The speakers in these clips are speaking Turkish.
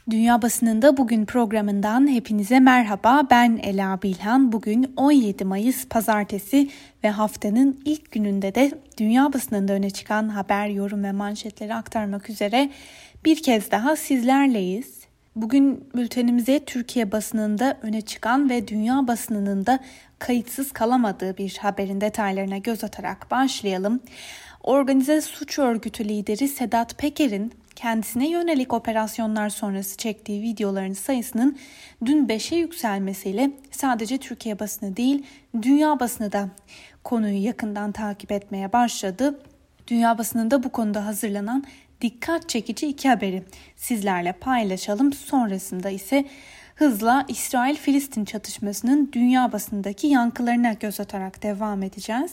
Dünya Basınında Bugün programından hepinize merhaba. Ben Ela Bilhan. Bugün 17 Mayıs Pazartesi ve haftanın ilk gününde de dünya basınında öne çıkan haber, yorum ve manşetleri aktarmak üzere bir kez daha sizlerleyiz. Bugün bültenimize Türkiye basınında öne çıkan ve dünya basınının da kayıtsız kalamadığı bir haberin detaylarına göz atarak başlayalım. Organize suç örgütü lideri Sedat Peker'in kendisine yönelik operasyonlar sonrası çektiği videoların sayısının dün 5'e yükselmesiyle sadece Türkiye basını değil, dünya basını da konuyu yakından takip etmeye başladı. Dünya basınında bu konuda hazırlanan dikkat çekici iki haberi sizlerle paylaşalım. Sonrasında ise hızla İsrail-Filistin çatışmasının dünya basınındaki yankılarına göz atarak devam edeceğiz.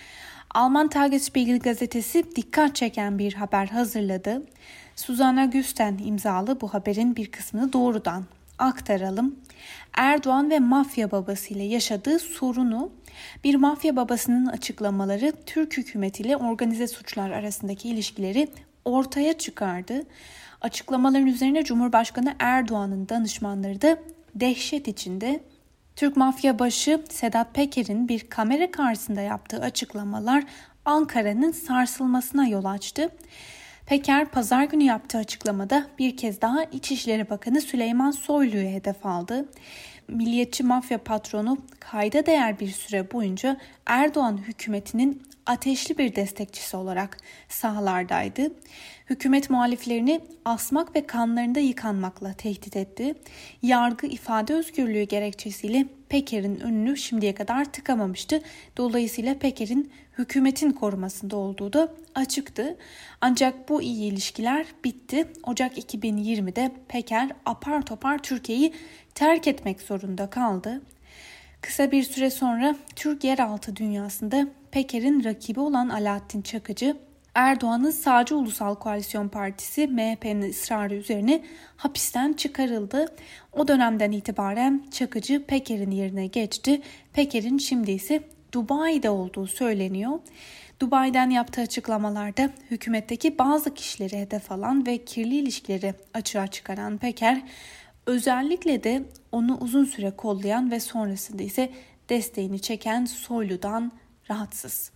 Alman Tagesspiegel gazetesi dikkat çeken bir haber hazırladı. Susanna Güsten imzalı bu haberin bir kısmını doğrudan aktaralım. Erdoğan ve mafya babasıyla yaşadığı sorunu, bir mafya babasının açıklamaları Türk hükümetiyle organize suçlar arasındaki ilişkileri ortaya çıkardı. Açıklamaların üzerine Cumhurbaşkanı Erdoğan'ın danışmanları da dehşet içinde. Türk mafya başı Sedat Peker'in bir kamera karşısında yaptığı açıklamalar Ankara'nın sarsılmasına yol açtı. Peker pazar günü yaptığı açıklamada bir kez daha İçişleri Bakanı Süleyman Soylu'ya hedef aldı. Milliyetçi mafya patronu kayda değer bir süre boyunca Erdoğan hükümetinin ateşli bir destekçisi olarak sahalardaydı. Hükümet muhaliflerini asmak ve kanlarında yıkanmakla tehdit etti. Yargı ifade özgürlüğü gerekçesiyle Peker'in önünü şimdiye kadar tıkamamıştı. Dolayısıyla Peker'in hükümetin korumasında olduğu da açıktı. Ancak bu iyi ilişkiler bitti. Ocak 2020'de Peker apar topar Türkiye'yi terk etmek zorunda kaldı. Kısa bir süre sonra Türk yeraltı dünyasında Peker'in rakibi olan Alaaddin Çakıcı, Erdoğan'ın sağcı Ulusal Koalisyon Partisi MHP'nin ısrarı üzerine hapisten çıkarıldı. O dönemden itibaren Çakıcı Peker'in yerine geçti. Peker'in şimdi ise Dubai'de olduğu söyleniyor. Dubai'den yaptığı açıklamalarda hükümetteki bazı kişileri hedef alan ve kirli ilişkileri açığa çıkaran Peker, özellikle de onu uzun süre kollayan ve sonrasında ise desteğini çeken Soylu'dan rahatsız.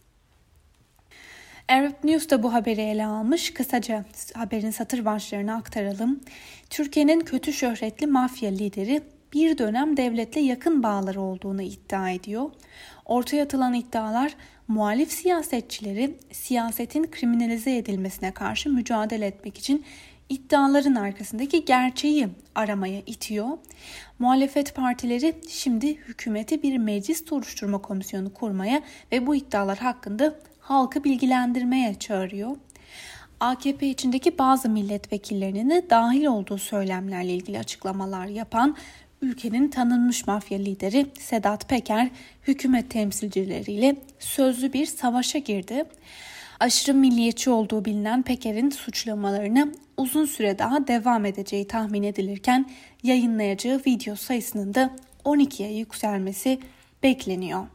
Arab News da bu haberi ele almış. Kısaca haberin satır başlarını aktaralım. Türkiye'nin kötü şöhretli mafya lideri bir dönem devletle yakın bağları olduğunu iddia ediyor. Ortaya atılan iddialar muhalif siyasetçileri siyasetin kriminalize edilmesine karşı mücadele etmek için iddiaların arkasındaki gerçeği aramaya itiyor. Muhalefet partileri şimdi hükümeti bir meclis soruşturma komisyonu kurmaya ve bu iddialar hakkında halkı bilgilendirmeye çağırıyor. AKP içindeki bazı milletvekillerinin de dahil olduğu söylemlerle ilgili açıklamalar yapan ülkenin tanınmış mafya lideri Sedat Peker, hükümet temsilcileriyle sözlü bir savaşa girdi. Aşırı milliyetçi olduğu bilinen Peker'in suçlamalarını uzun süre daha devam edeceği tahmin edilirken yayınlayacağı video sayısının da 12'ye yükselmesi bekleniyor.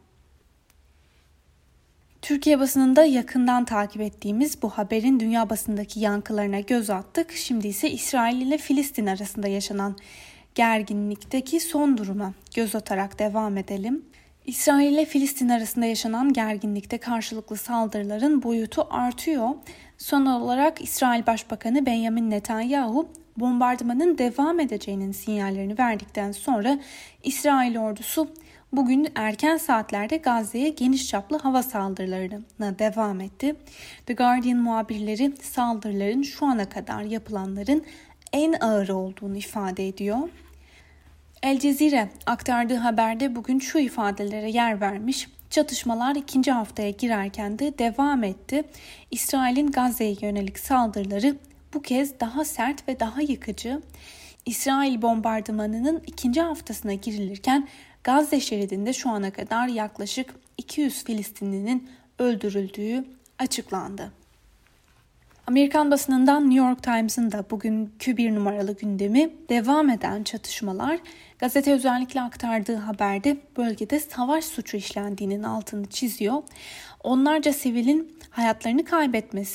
Türkiye basınında yakından takip ettiğimiz bu haberin dünya basındaki yankılarına göz attık. Şimdi ise İsrail ile Filistin arasında yaşanan gerginlikteki son duruma göz atarak devam edelim. İsrail ile Filistin arasında yaşanan gerginlikte karşılıklı saldırıların boyutu artıyor. Son olarak İsrail Başbakanı Benjamin Netanyahu bombardımanın devam edeceğinin sinyallerini verdikten sonra İsrail ordusu bugün erken saatlerde Gazze'ye geniş çaplı hava saldırılarına devam etti. The Guardian muhabirleri saldırıların şu ana kadar yapılanların en ağır olduğunu ifade ediyor. El Cezire aktardığı haberde bugün şu ifadelere yer vermiş. Çatışmalar ikinci haftaya girerken de devam etti. İsrail'in Gazze'ye yönelik saldırıları bu kez daha sert ve daha yıkıcı. İsrail bombardımanının ikinci haftasına girilirken Gazze şeridinde şu ana kadar yaklaşık 200 Filistinlinin öldürüldüğü açıklandı. Amerikan basınından New York Times'ın da bugünkü bir numaralı gündemi devam eden çatışmalar. Gazete özellikle aktardığı haberde bölgede savaş suçu işlendiğinin altını çiziyor. Onlarca sivilin hayatlarını kaybetmesi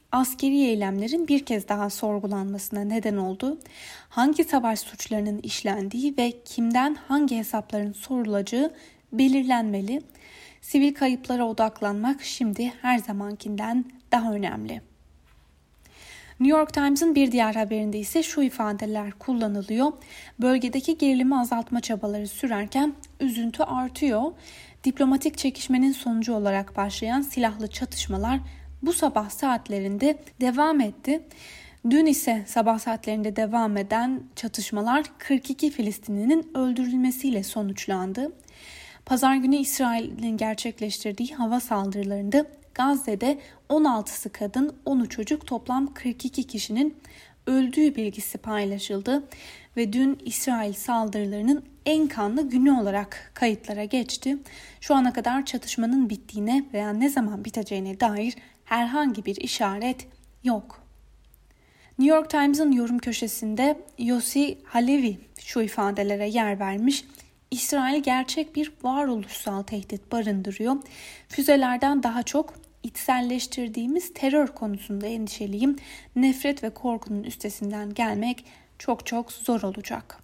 askeri eylemlerin bir kez daha sorgulanmasına neden oldu. Hangi savaş suçlarının işlendiği ve kimden hangi hesapların sorulacağı belirlenmeli. Sivil kayıplara odaklanmak şimdi her zamankinden daha önemli. New York Times'ın bir diğer haberinde ise şu ifadeler kullanılıyor. Bölgedeki gerilimi azaltma çabaları sürerken üzüntü artıyor. Diplomatik çekişmenin sonucu olarak başlayan silahlı çatışmalar bu sabah saatlerinde devam etti. Dün ise sabah saatlerinde devam eden çatışmalar 42 Filistinlinin öldürülmesiyle sonuçlandı. Pazar günü İsrail'in gerçekleştirdiği hava saldırılarında Gazze'de 16'sı kadın, 10'u çocuk, toplam 42 kişinin öldüğü bilgisi paylaşıldı ve dün İsrail saldırılarının en kanlı günü olarak kayıtlara geçti. Şu ana kadar çatışmanın bittiğine veya ne zaman biteceğine dair herhangi bir işaret yok. New York Times'ın yorum köşesinde Yossi Halevi şu ifadelere yer vermiş. İsrail gerçek bir varoluşsal tehdit barındırıyor. Füzelerden daha çok içselleştirdiğimiz terör konusunda endişeliyim. Nefret ve korkunun üstesinden gelmek çok zor olacak.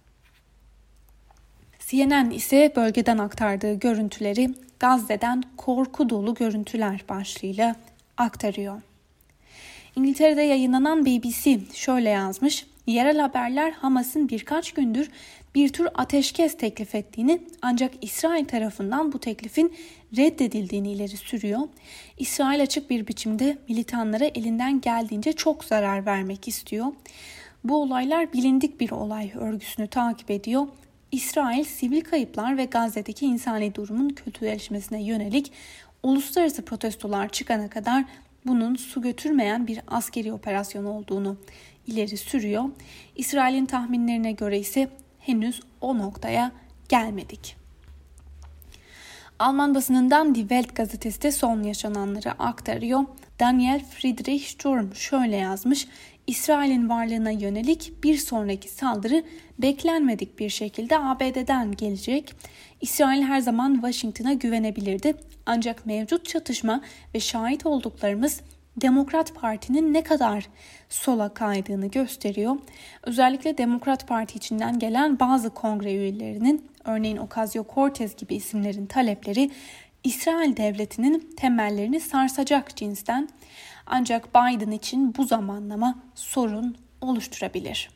CNN ise bölgeden aktardığı görüntüleri Gazze'den korku dolu görüntüler başlığıyla aktarıyor. İngiltere'de yayınlanan BBC şöyle yazmış. Yerel haberler Hamas'ın birkaç gündür bir tür ateşkes teklif ettiğini ancak İsrail tarafından bu teklifin reddedildiğini ileri sürüyor. İsrail açık bir biçimde militanlara elinden geldiğince çok zarar vermek istiyor. Bu olaylar bilindik bir olay örgüsünü takip ediyor. İsrail sivil kayıplar ve Gazze'deki insani durumun kötüleşmesine yönelik uluslararası protestolar çıkana kadar bunun su götürmeyen bir askeri operasyon olduğunu ileri sürüyor. İsrail'in tahminlerine göre ise henüz o noktaya gelmedik. Alman basınından Die Welt gazetesi de son yaşananları aktarıyor. Daniel Friedrich Sturm şöyle yazmış. İsrail'in varlığına yönelik bir sonraki saldırı beklenmedik bir şekilde ABD'den gelecek. İsrail her zaman Washington'a güvenebilirdi. Ancak mevcut çatışma ve şahit olduklarımız Demokrat Parti'nin ne kadar sola kaydığını gösteriyor. Özellikle Demokrat Parti içinden gelen bazı kongre üyelerinin, örneğin Ocasio-Cortez gibi isimlerin talepleri İsrail devletinin temellerini sarsacak cinsten. Ancak Biden için bu zamanlama sorun oluşturabilir.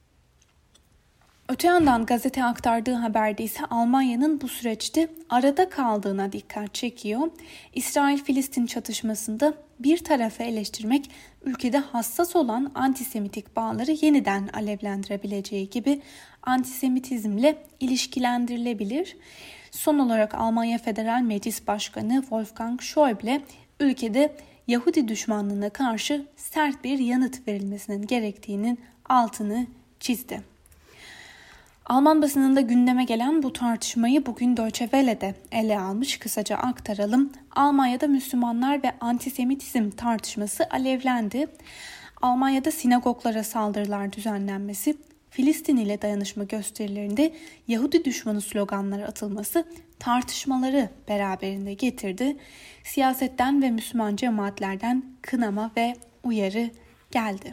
Öte yandan gazete aktardığı haberde ise Almanya'nın bu süreçte arada kaldığına dikkat çekiyor. İsrail-Filistin çatışmasında bir tarafı eleştirmek ülkede hassas olan antisemitik bağları yeniden alevlendirebileceği gibi antisemitizmle ilişkilendirilebilir. Son olarak Almanya Federal Meclis Başkanı Wolfgang Schäuble ülkede Yahudi düşmanlığına karşı sert bir yanıt verilmesinin gerektiğinin altını çizdi. Alman basınında gündeme gelen bu tartışmayı bugün Deutsche Welle'de ele almış, kısaca aktaralım. Almanya'da Müslümanlar ve antisemitizm tartışması alevlendi. Almanya'da sinagoglara saldırılar düzenlenmesi, Filistin ile dayanışma gösterilerinde Yahudi düşmanı sloganları atılması tartışmaları beraberinde getirdi. Siyasetten ve Müslüman cemaatlerden kınama ve uyarı geldi.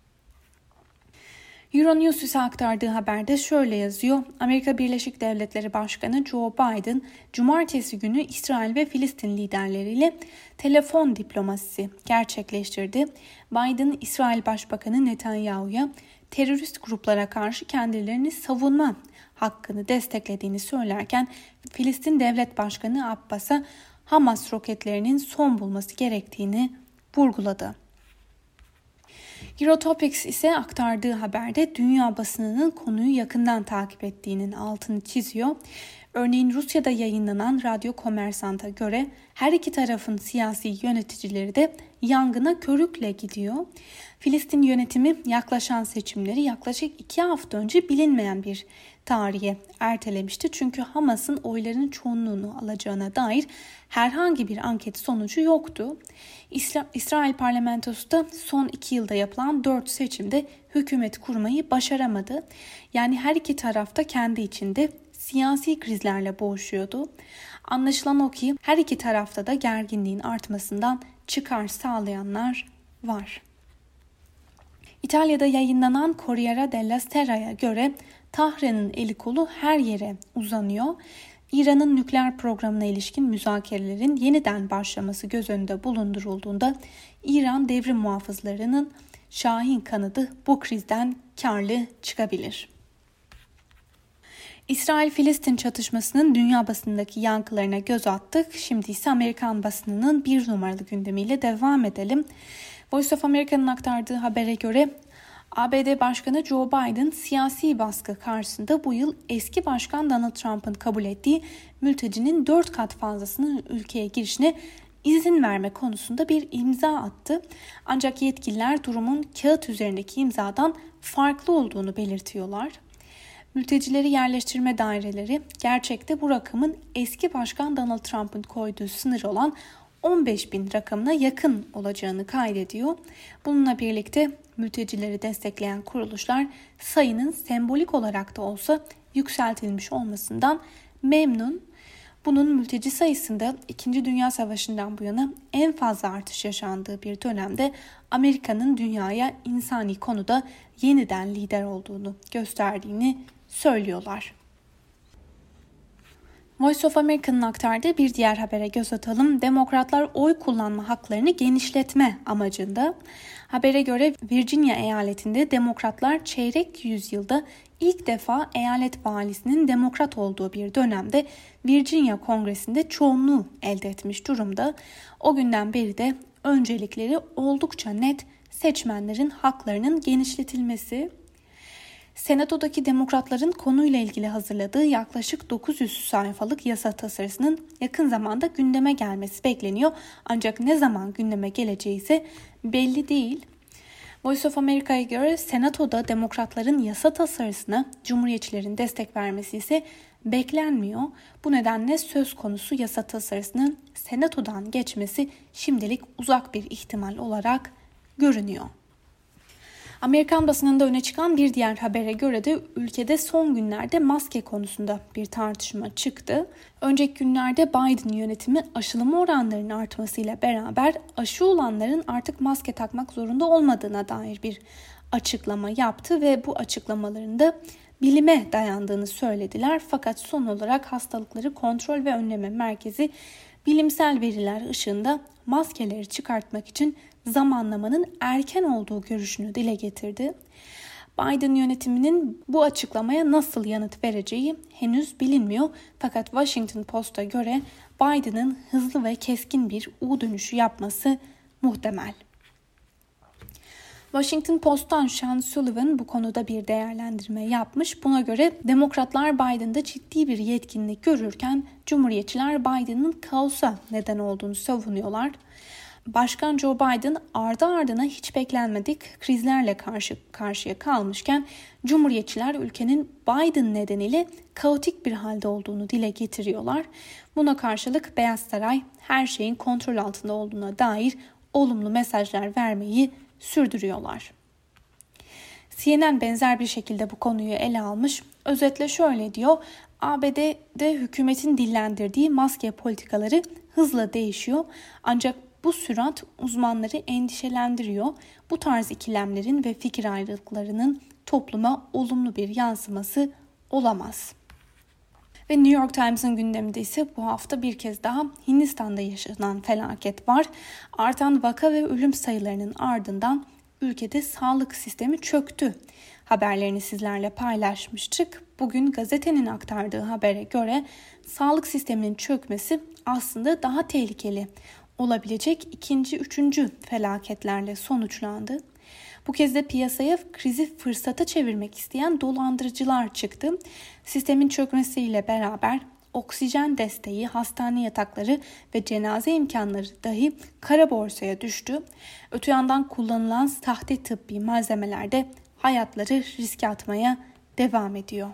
Euronews ise aktardığı haberde şöyle yazıyor. Amerika Birleşik Devletleri Başkanı Joe Biden, Cumartesi günü İsrail ve Filistin liderleriyle telefon diplomasisi gerçekleştirdi. Biden, İsrail Başbakanı Netanyahu'ya terörist gruplara karşı kendilerini savunma hakkını desteklediğini söylerken, Filistin Devlet Başkanı Abbas'a Hamas roketlerinin son bulması gerektiğini vurguladı. Eurotopics ise aktardığı haberde dünya basınının konuyu yakından takip ettiğinin altını çiziyor. Örneğin Rusya'da yayınlanan Radyo Kommersant'a göre her iki tarafın siyasi yöneticileri de yangına körükle gidiyor. Filistin yönetimi yaklaşan seçimleri yaklaşık 2 hafta önce bilinmeyen bir tarihe ertelemişti. Çünkü Hamas'ın oyların çoğunluğunu alacağına dair herhangi bir anket sonucu yoktu. İsrail parlamentosu da son 2 yılda yapılan 4 seçimde hükümet kurmayı başaramadı. Yani her iki tarafta kendi içinde siyasi krizlerle boğuşuyordu. Anlaşılan o ki her iki tarafta da gerginliğin artmasından çıkar sağlayanlar var. İtalya'da yayınlanan Corriere della Sera'ya göre Tahran'ın eli kolu her yere uzanıyor. İran'ın nükleer programına ilişkin müzakerelerin yeniden başlaması göz önünde bulundurulduğunda İran devrim muhafızlarının Şahin kanadı bu krizden karlı çıkabilir. İsrail-Filistin çatışmasının dünya basınındaki yankılarına göz attık. Şimdi ise Amerikan basınının bir numaralı gündemiyle devam edelim. Voice of America'nın aktardığı habere göre ABD Başkanı Joe Biden siyasi baskı karşısında bu yıl eski başkan Donald Trump'ın kabul ettiği mültecinin 4 kat fazlasının ülkeye girişine izin verme konusunda bir imza attı. Ancak yetkililer durumun kağıt üzerindeki imzadan farklı olduğunu belirtiyorlar. Mültecileri yerleştirme daireleri gerçekte bu rakamın eski başkan Donald Trump'ın koyduğu sınır olan 15.000 rakamına yakın olacağını kaydediyor. Bununla birlikte mültecileri destekleyen kuruluşlar sayının sembolik olarak da olsa yükseltilmiş olmasından memnun. Bunun mülteci sayısında 2. Dünya Savaşı'ndan bu yana en fazla artış yaşandığı bir dönemde Amerika'nın dünyaya insani konuda yeniden lider olduğunu gösterdiğini söylüyorlar. Voice of America'nın aktardığı bir diğer habere göz atalım. Demokratlar oy kullanma haklarını genişletme amacında. Habere göre Virginia eyaletinde demokratlar çeyrek yüzyılda ilk defa eyalet valisinin demokrat olduğu bir dönemde Virginia Kongresi'nde çoğunluğu elde etmiş durumda. O günden beri de öncelikleri oldukça net, seçmenlerin haklarının genişletilmesi. Senato'daki demokratların konuyla ilgili hazırladığı yaklaşık 900 sayfalık yasa tasarısının yakın zamanda gündeme gelmesi bekleniyor. Ancak ne zaman gündeme geleceği ise belli değil. Voice of America'ya göre Senato'da demokratların yasa tasarısına Cumhuriyetçilerin destek vermesi ise beklenmiyor. Bu nedenle söz konusu yasa tasarısının Senato'dan geçmesi şimdilik uzak bir ihtimal olarak görünüyor. Amerikan basınında öne çıkan bir diğer habere göre de ülkede son günlerde maske konusunda bir tartışma çıktı. Önceki günlerde Biden yönetimi aşılama oranlarının artmasıyla beraber aşı olanların artık maske takmak zorunda olmadığına dair bir açıklama yaptı ve bu açıklamalarında bilime dayandığını söylediler. Fakat son olarak Hastalıkları Kontrol ve Önleme Merkezi bilimsel veriler ışığında maskeleri çıkartmak için zamanlamanın erken olduğu görüşünü dile getirdi. Biden yönetiminin bu açıklamaya nasıl yanıt vereceği henüz bilinmiyor. Fakat Washington Post'a göre Biden'ın hızlı ve keskin bir U dönüşü yapması muhtemel. Washington Post'tan Sean Sullivan bu konuda bir değerlendirme yapmış. Buna göre Demokratlar Biden'da ciddi bir yetkinlik görürken Cumhuriyetçiler Biden'ın kaosa neden olduğunu savunuyorlar. Başkan Joe Biden ardı ardına hiç beklenmedik krizlerle karşı karşıya kalmışken Cumhuriyetçiler ülkenin Biden nedeniyle kaotik bir halde olduğunu dile getiriyorlar. Buna karşılık Beyaz Saray her şeyin kontrol altında olduğuna dair olumlu mesajlar vermeyi sürdürüyorlar. CNN benzer bir şekilde bu konuyu ele almış. Özetle şöyle diyor: ABD'de hükümetin dillendirdiği maske politikaları hızla değişiyor. Ancak bu sürat uzmanları endişelendiriyor. Bu tarz ikilemlerin ve fikir ayrılıklarının topluma olumlu bir yansıması olamaz. Ve New York Times'ın gündeminde ise bu hafta bir kez daha Hindistan'da yaşanan felaket var. Artan vaka ve ölüm sayılarının ardından ülkede sağlık sistemi çöktü. Haberlerini sizlerle paylaşmıştık. Bugün gazetenin aktardığı habere göre sağlık sisteminin çökmesi aslında daha tehlikeli olabilecek ikinci, üçüncü felaketlerle sonuçlandı. Bu kez de piyasaya krizi fırsata çevirmek isteyen dolandırıcılar çıktı. Sistemin çökmesiyle beraber oksijen desteği, hastane yatakları ve cenaze imkanları dahi kara borsaya düştü. Öte yandan kullanılan sahte tıbbi malzemeler de hayatları riske atmaya devam ediyor.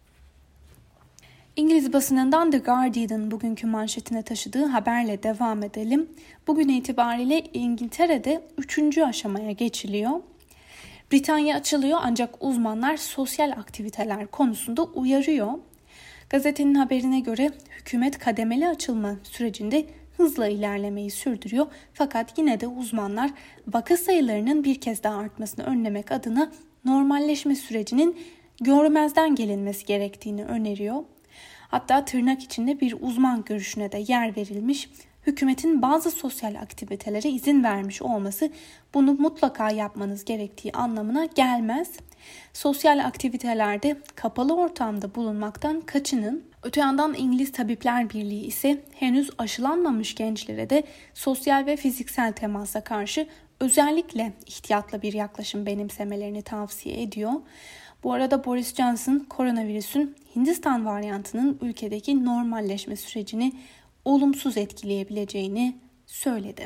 İngiliz basınından The Guardian'ın bugünkü manşetine taşıdığı haberle devam edelim. Bugün itibariyle İngiltere'de 3. aşamaya geçiliyor. Britanya açılıyor ancak uzmanlar sosyal aktiviteler konusunda uyarıyor. Gazetenin haberine göre hükümet kademeli açılma sürecinde hızla ilerlemeyi sürdürüyor. Fakat yine de uzmanlar vaka sayılarının bir kez daha artmasını önlemek adına normalleşme sürecinin görmezden gelinmesi gerektiğini öneriyor. Hatta tırnak içinde bir uzman görüşüne de yer verilmiş. Hükümetin bazı sosyal aktivitelere izin vermiş olması bunu mutlaka yapmanız gerektiği anlamına gelmez. Sosyal aktivitelerde kapalı ortamda bulunmaktan kaçının. Öte yandan İngiliz Tabipler Birliği ise henüz aşılanmamış gençlere de sosyal ve fiziksel temasa karşı özellikle ihtiyatlı bir yaklaşım benimsemelerini tavsiye ediyor. Bu arada Boris Johnson koronavirüsün Hindistan varyantının ülkedeki normalleşme sürecini olumsuz etkileyebileceğini söyledi.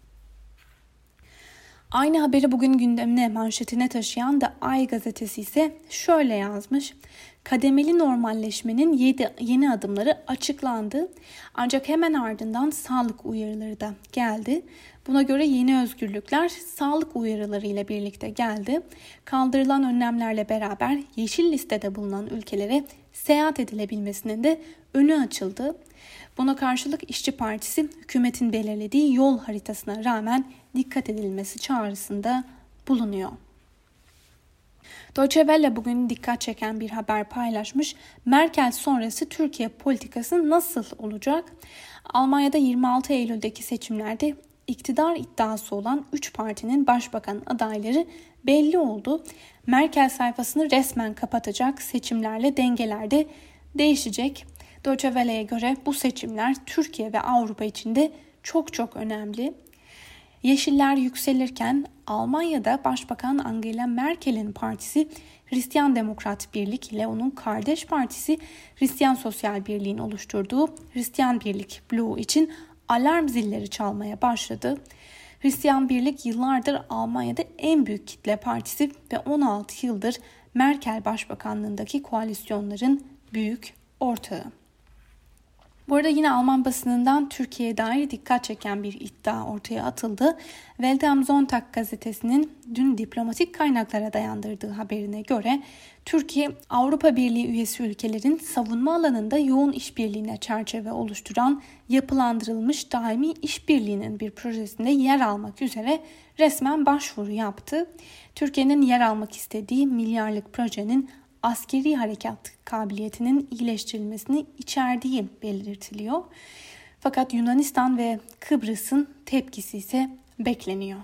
Aynı haberi bugün gündemine manşetine taşıyan The Ay gazetesi ise şöyle yazmış. Kademeli normalleşmenin yeni adımları açıklandı. Ancak hemen ardından sağlık uyarıları da geldi. Buna göre yeni özgürlükler sağlık uyarıları ile birlikte geldi. Kaldırılan önlemlerle beraber yeşil listede bulunan ülkelere seyahat edilebilmesinin de önü açıldı. Buna karşılık İşçi Partisi hükümetin belirlediği yol haritasına rağmen dikkat edilmesi çağrısında bulunuyor. Deutsche Welle bugün dikkat çeken bir haber paylaşmış. Merkel sonrası Türkiye politikası nasıl olacak? Almanya'da 26 Eylül'deki seçimlerde iktidar iddiası olan 3 partinin başbakan adayları belli oldu. Merkel sayfasını resmen kapatacak, seçimlerle dengeler de değişecek. Deutsche Welle'ye göre bu seçimler Türkiye ve Avrupa için de çok önemli. Yeşiller yükselirken Almanya'da Başbakan Angela Merkel'in partisi Hristiyan Demokrat Birlik ile onun kardeş partisi Hristiyan Sosyal Birliği'nin oluşturduğu Hristiyan Birlik bloğu için alarm zilleri çalmaya başladı. Hristiyan Birlik yıllardır Almanya'da en büyük kitle partisi ve 16 yıldır Merkel Başbakanlığındaki koalisyonların büyük ortağı. Bu arada yine Alman basınından Türkiye'ye dair dikkat çeken bir iddia ortaya atıldı. Welt am Sonntag gazetesinin dün diplomatik kaynaklara dayandırdığı haberine göre Türkiye, Avrupa Birliği üyesi ülkelerin savunma alanında yoğun işbirliğine çerçeve oluşturan yapılandırılmış daimi işbirliğinin bir projesinde yer almak üzere resmen başvuru yaptı. Türkiye'nin yer almak istediği milyarlık projenin askeri harekat kabiliyetinin iyileştirilmesini içerdiği belirtiliyor. Fakat Yunanistan ve Kıbrıs'ın tepkisi ise bekleniyor.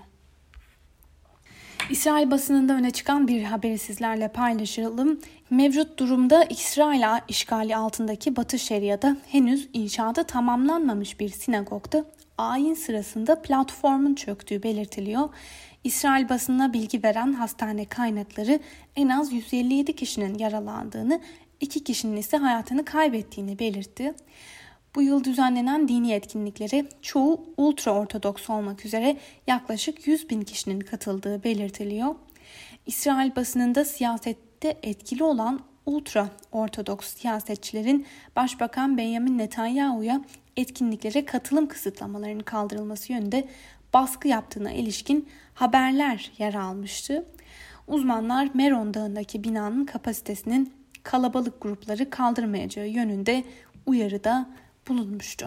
İsrail basınında öne çıkan bir haberi sizlerle paylaşalım. Mevcut durumda İsrail işgali altındaki Batı Şeria'da henüz inşaatı tamamlanmamış bir sinagogda ayin sırasında platformun çöktüğü belirtiliyor. İsrail basınına bilgi veren hastane kaynakları en az 157 kişinin yaralandığını, 2 kişinin ise hayatını kaybettiğini belirtti. Bu yıl düzenlenen dini etkinliklere çoğu ultra-ortodoks olmak üzere yaklaşık 100 bin kişinin katıldığı belirtiliyor. İsrail basınında siyasette etkili olan ultra-ortodoks siyasetçilerin Başbakan Benjamin Netanyahu'ya etkinliklere katılım kısıtlamalarının kaldırılması yönünde baskı yaptığına ilişkin haberler yer almıştı. Uzmanlar Meron Dağı'ndaki binanın kapasitesinin kalabalık grupları kaldırmayacağı yönünde uyarıda bulunmuştu.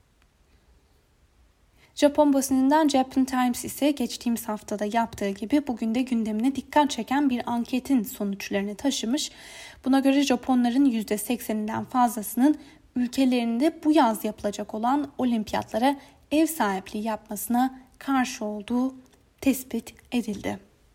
Japon basınından Japan Times ise geçtiğimiz haftada yaptığı gibi bugün de gündemine dikkat çeken bir anketin sonuçlarını taşımış. Buna göre Japonların %80'inden fazlasının ülkelerinde bu yaz yapılacak olan olimpiyatlara ev sahipliği yapmasına karşı olduğu tespit edildi.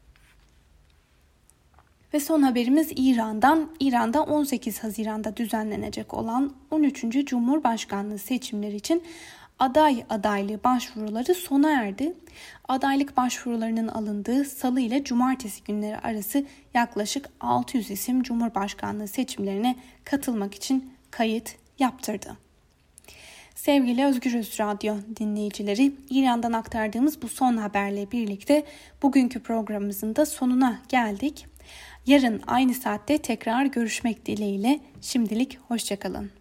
Ve son haberimiz İran'dan. İran'da 18 Haziran'da düzenlenecek olan 13. Cumhurbaşkanlığı seçimleri için adaylığı başvuruları sona erdi. Adaylık başvurularının alındığı Salı ile Cumartesi günleri arası yaklaşık 600 isim Cumhurbaşkanlığı seçimlerine katılmak için kayıt yaptırdı. Sevgili Özgürüz Radyo dinleyicileri, İran'dan aktardığımız bu son haberle birlikte bugünkü programımızın da sonuna geldik. Yarın aynı saatte tekrar görüşmek dileğiyle şimdilik hoşça kalın.